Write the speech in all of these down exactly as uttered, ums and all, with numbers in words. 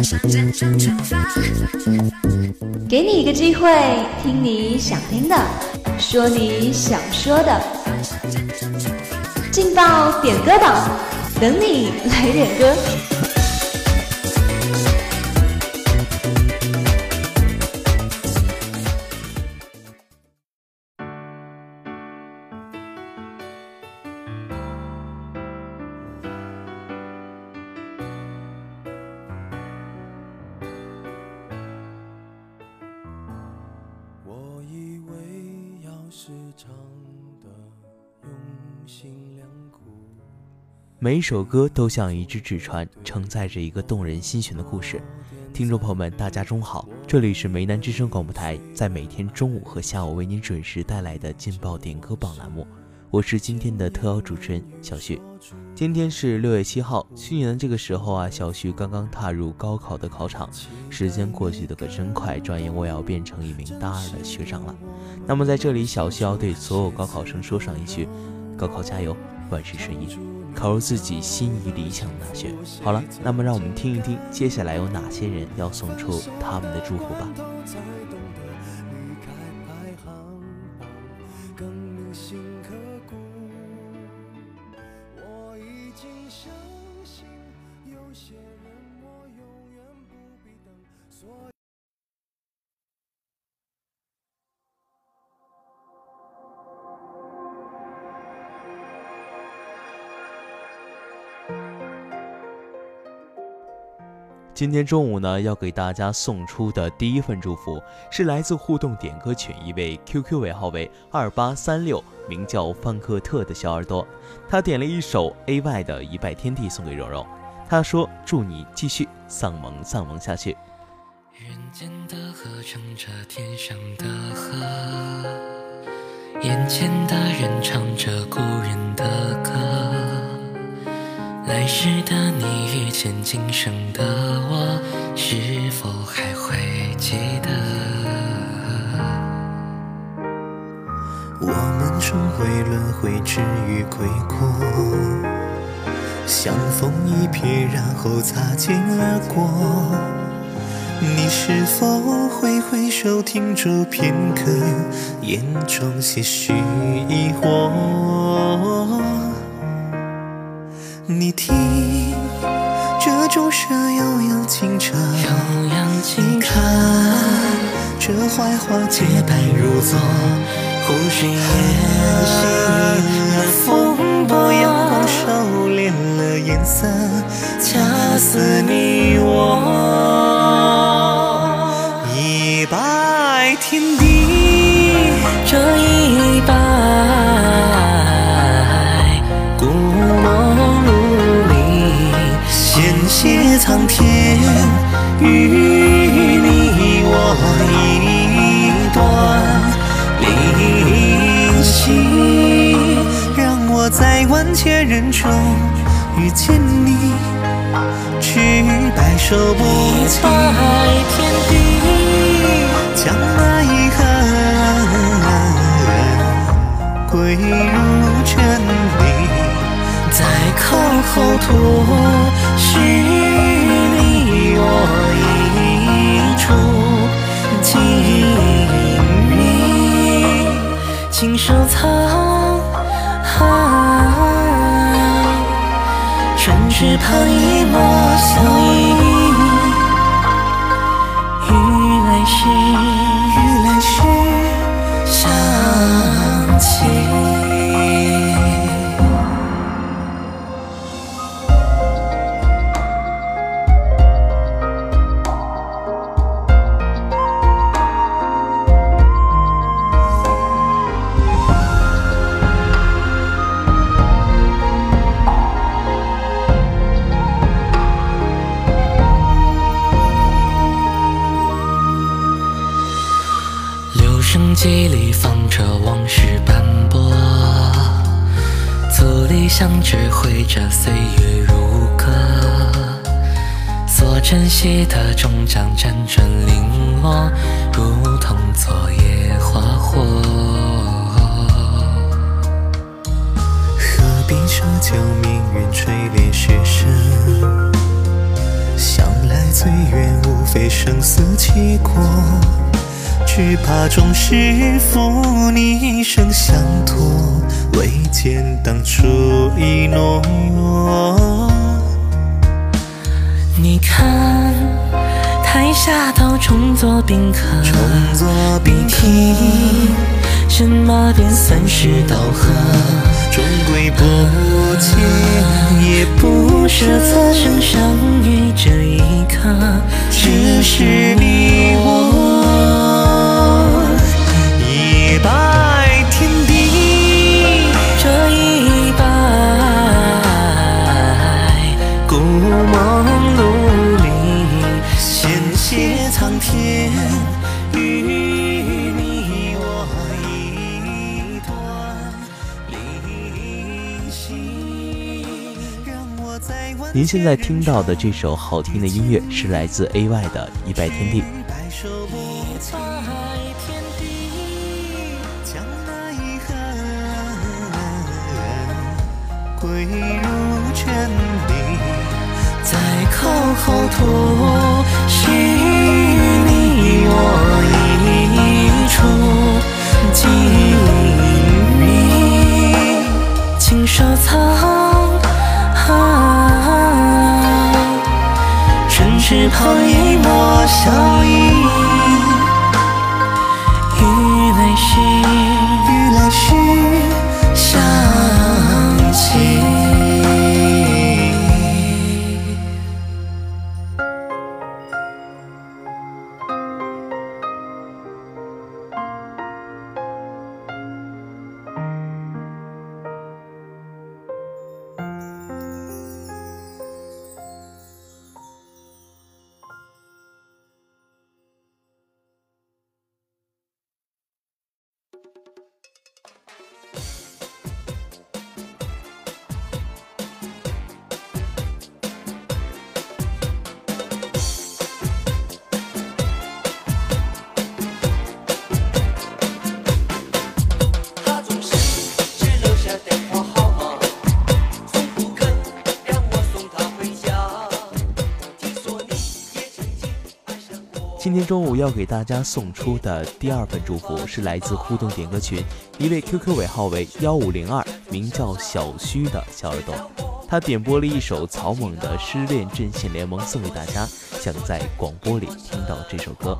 给你一个机会，听你想听的，说你想说的，劲爆点歌榜，等你来点歌。 每一首歌都像一只纸船，承载着一个动人心弦的故事。听众朋友们，大家中好，这里是梅南之声广播台，在每天中午和下午为您准时带来的劲爆点歌榜栏目，我是今天的特邀主持人小旭。今天是六月七号，去年的这个时候啊，小旭刚刚踏入高考的考场，时间过去的可真快，转眼我也要变成一名大二的学长了。那么在这里，小旭要对所有高考生说上一句：高考加油，万事顺意，考入自己心仪理想的大学。好了，那么让我们听一听接下来有哪些人要送出他们的祝福吧。今天中午呢，要给大家送出的第一份祝福是来自互动点歌群一位 Q Q 尾号为二八三六，名叫范克特的小耳朵，他点了一首 A Y 的《一拜天地》送给蓉蓉，他说祝你继续丧萌丧萌下去。 人间的河乘着天上的河，眼前的人唱着故人的歌，来时的你遇见今生的我，是否还会记得？ 我们终会轮回，至于归过，相逢一瞥，然后擦肩而过。你是否会回首停住片刻，眼中些许疑惑？你听，这钟声悠扬清澈， 悠扬清澈， 这槐花洁白如昨，湖水沿行了风波，阳光收敛了颜色，恰似你我。一拜天地， 这一拜故梦如你， 险些苍天与你我一段灵犀，让我在万千人中遇见你，只白首不弃。 一拜天地， 将爱恨归入真理， 在口后吐是你我一处静谧，请收藏春池旁一抹笑意，与来时与来时相期。生机里放着往事斑驳，足里相知绘着岁月如歌，所珍惜的终将辗转零落，如同昨夜花火。 何必奢求命运垂怜学生，想来最远非生死契阔，只怕终是负你一生相托，未见当初一诺。 你看台下都重作宾客， 重作宾客， 什么便算是道贺？ 终归不见，也不舍此生相遇这一刻， 只是你我一拜天地， 这一拜故梦努力，献谢苍天。 您现在听到的这首好听的音乐是来自 A Y 的《一拜天地》。 归入chân理， 在口后吐细你我一处记忆，请收藏。唇齿旁一抹笑意，与来时与来时想起。 今天中午要给大家送出的第二份祝福是来自互动点歌群一位 Q Q 尾号为幺五零二，名叫小虚的小耳朵，他点播了一首草蜢的《失恋阵线联盟》送给大家，想在广播里听到这首歌。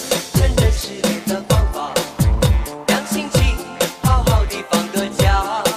好好地放个假。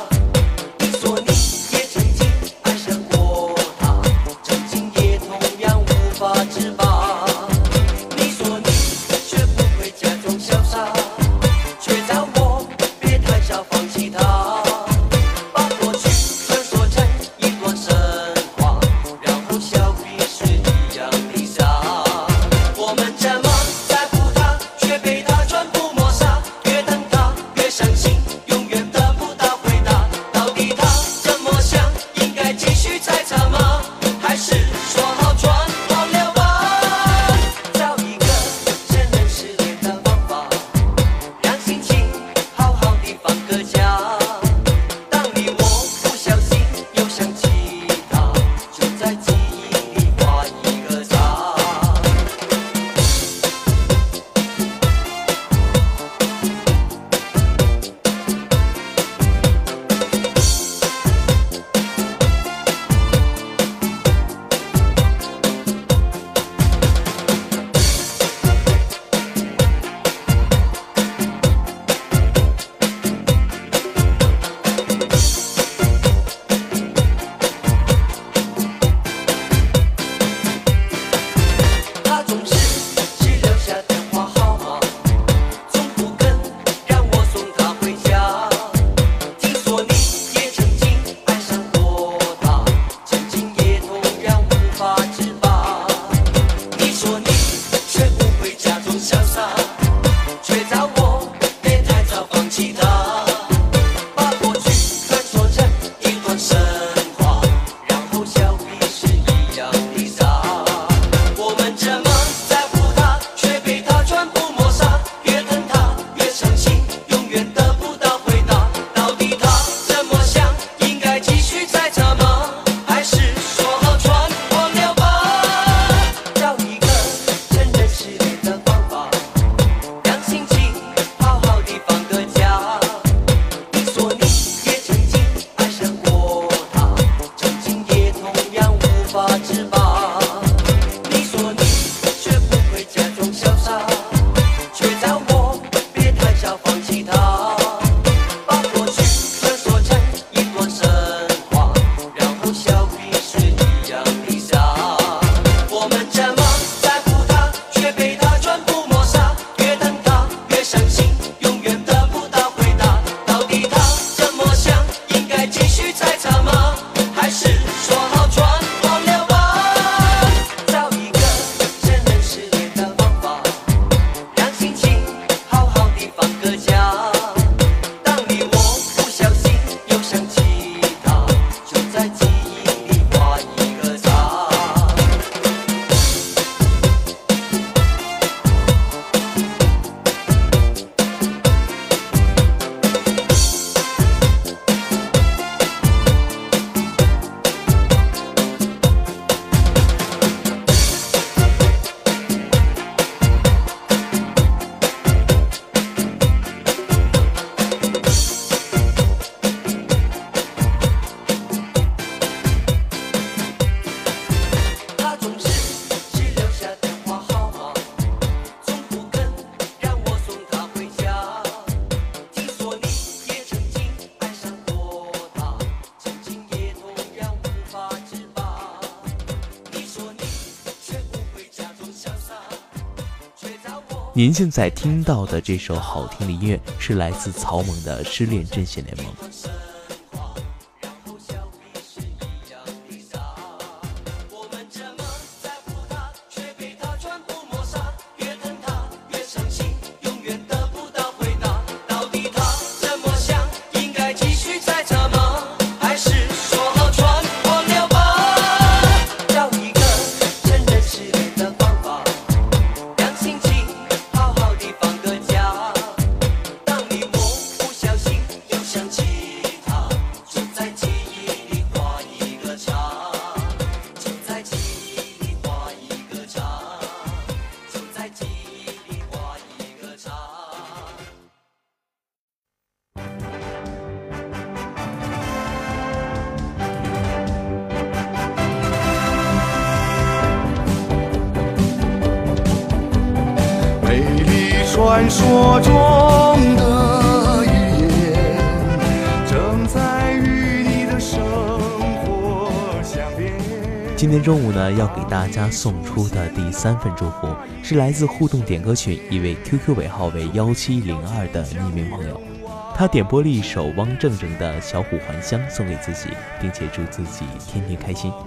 您现在听到的这首好听的音乐是来自曹猛的《失恋阵线联盟》。 传说中的语言正在与你的生活相连。 今天中午呢，要给大家送出的第三份祝福是来自互动点歌群一位 Q Q 尾号为幺七零二的匿名朋友，他点播了一首汪正正的《小虎还乡》送给自己，并且祝自己天天开心。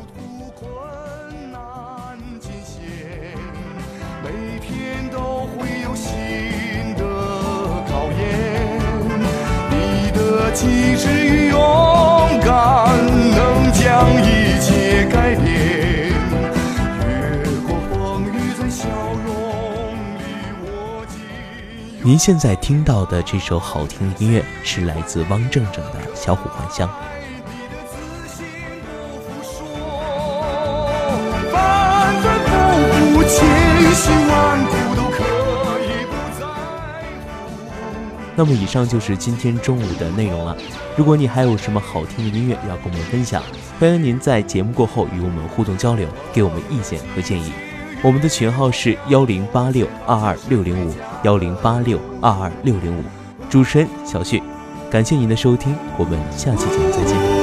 每天都会有新的考验，你的机智与勇敢能将一切改变，越过风雨在笑容里握紧。 您现在听到的这首好听的音乐是来自汪正正的《小虎还乡》。那么以上就是今天中午的内容了。如果你还有什么好听的音乐要跟我们分享，欢迎您在节目过后与我们互动交流，给我们意见和建议。我们的群号是幺零八六二二六零五幺零八六二二六零五。主持人小旭，感谢您的收听，我们下期节目再见。